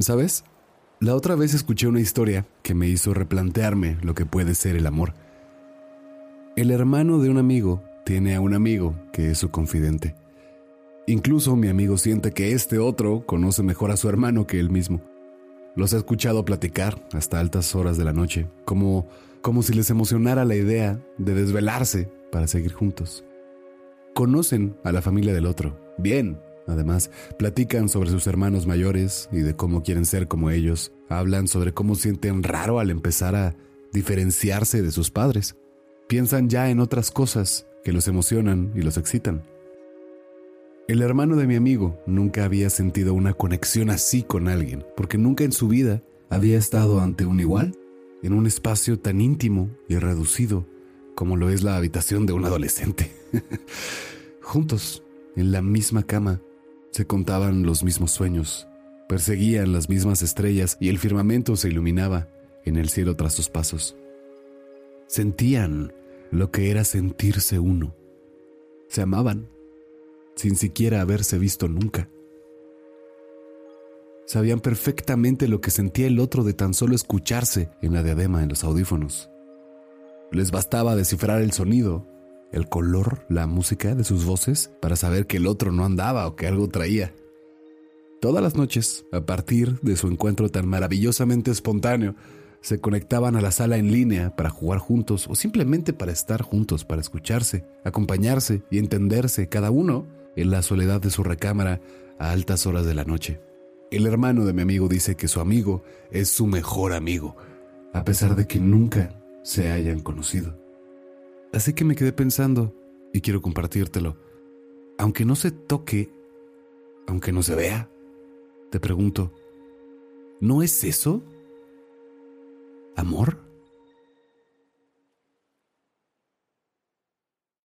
¿Sabes? La otra vez escuché una historia que me hizo replantearme lo que puede ser el amor. El hermano de un amigo tiene a un amigo que es su confidente. Incluso mi amigo siente que este otro conoce mejor a su hermano que él mismo. Los ha escuchado platicar hasta altas horas de la noche, como si les emocionara la idea de desvelarse para seguir juntos. Conocen a la familia del otro, bien. Además, platican sobre sus hermanos mayores y de cómo quieren ser como ellos. Hablan sobre cómo sienten raro al empezar a diferenciarse de sus padres. Piensan ya en otras cosas que los emocionan y los excitan. El hermano de mi amigo nunca había sentido una conexión así con alguien, porque nunca en su vida había estado ante un igual, en un espacio tan íntimo y reducido como lo es la habitación de un adolescente. Juntos, en la misma cama, se contaban los mismos sueños, perseguían las mismas estrellas y el firmamento se iluminaba en el cielo tras sus pasos. Sentían lo que era sentirse uno. Se amaban, sin siquiera haberse visto nunca. Sabían perfectamente lo que sentía el otro de tan solo escucharse en la diadema en los audífonos. Les bastaba descifrar el sonido, el color, la música de sus voces para saber que el otro no andaba o que algo traía. Todas las noches, a partir de su encuentro tan maravillosamente espontáneo, se conectaban a la sala en línea para jugar juntos o simplemente para estar juntos, para escucharse, acompañarse y entenderse cada uno en la soledad de su recámara a altas horas de la noche. El hermano de mi amigo dice que su amigo es su mejor amigo, a pesar de que nunca se hayan conocido. Así que me quedé pensando y quiero compartírtelo. Aunque no se toque, aunque no se vea, te pregunto, ¿no es eso amor?